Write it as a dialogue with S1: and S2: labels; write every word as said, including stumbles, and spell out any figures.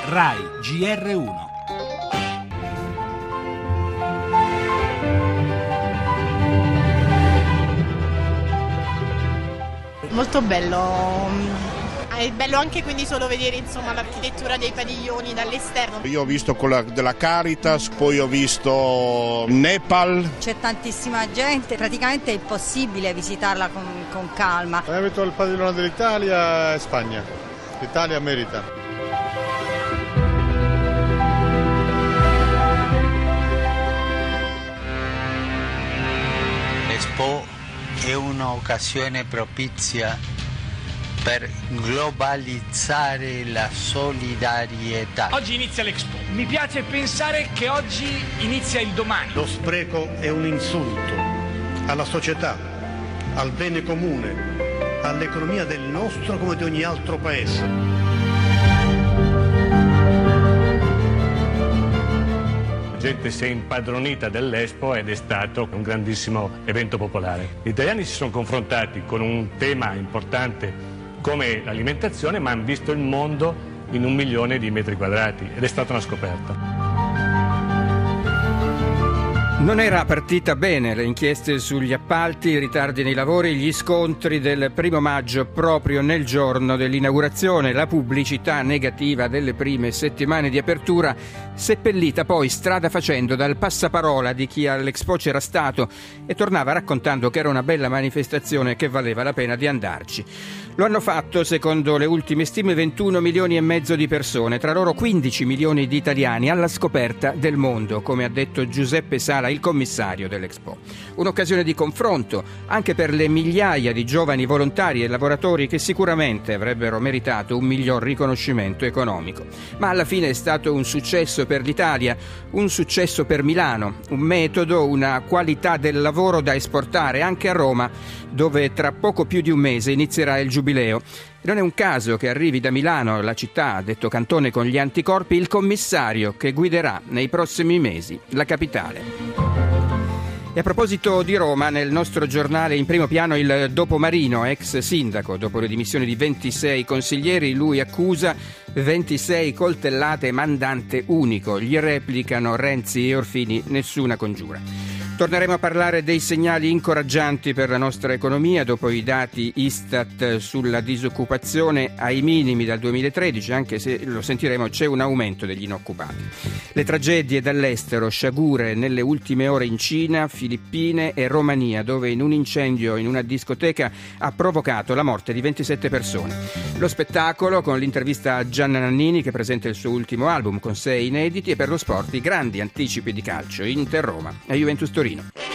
S1: Rai G R uno.
S2: Molto bello. È bello anche quindi solo vedere insomma l'architettura dei padiglioni dall'esterno.
S3: Io ho visto quella della Caritas, poi ho visto Nepal.
S4: C'è tantissima gente, praticamente è impossibile visitarla con, con calma.
S5: Abbiamo visto il padiglione dell'Italia e Spagna. L'Italia merita.
S6: L'Expo è un'occasione propizia per globalizzare la solidarietà.
S7: Oggi inizia l'Expo. Mi piace pensare che oggi inizia il domani.
S8: Lo spreco è un insulto alla società, al bene comune, all'economia del nostro come di ogni altro paese.
S9: La gente si è impadronita dell'Expo ed è stato un grandissimo evento popolare. Gli italiani si sono confrontati con un tema importante come l'alimentazione, ma hanno visto il mondo in un milione di metri quadrati ed è stata una scoperta.
S10: Non era partita bene le inchieste sugli appalti, i ritardi nei lavori, gli scontri del primo maggio proprio nel giorno dell'inaugurazione, la pubblicità negativa delle prime settimane di apertura, seppellita poi strada facendo dal passaparola di chi all'Expo c'era stato e tornava raccontando che era una bella manifestazione che valeva la pena di andarci. Lo hanno fatto, secondo le ultime stime, ventuno milioni e mezzo di persone, tra loro quindici milioni di italiani alla scoperta del mondo, come ha detto Giuseppe Sala, il commissario dell'Expo. Un'occasione di confronto anche per le migliaia di giovani volontari e lavoratori che sicuramente avrebbero meritato un miglior riconoscimento economico. Ma alla fine è stato un successo per l'Italia, un successo per Milano, un metodo, una qualità del lavoro da esportare anche a Roma, dove tra poco più di un mese inizierà il giubileo. Non è un caso che arrivi da Milano, la città, ha detto Cantone con gli anticorpi, il commissario che guiderà nei prossimi mesi la capitale. E a proposito di Roma, nel nostro giornale in primo piano il Dopomarino, ex sindaco. Dopo le dimissioni di ventisei consiglieri, lui accusa ventisei coltellate, mandante unico. Gli replicano Renzi e Orfini, nessuna congiura. Torneremo a parlare dei segnali incoraggianti per la nostra economia dopo i dati Istat sulla disoccupazione ai minimi dal duemilatredici, anche se lo sentiremo c'è un aumento degli inoccupati. Le tragedie dall'estero, sciagure nelle ultime ore in Cina, Filippine e Romania, dove in un incendio in una discoteca ha provocato la morte di ventisette persone. Lo spettacolo con l'intervista a Gianna Nannini che presenta il suo ultimo album con sei inediti, e per lo sport i grandi anticipi di calcio, Inter Roma e Juventus Torino.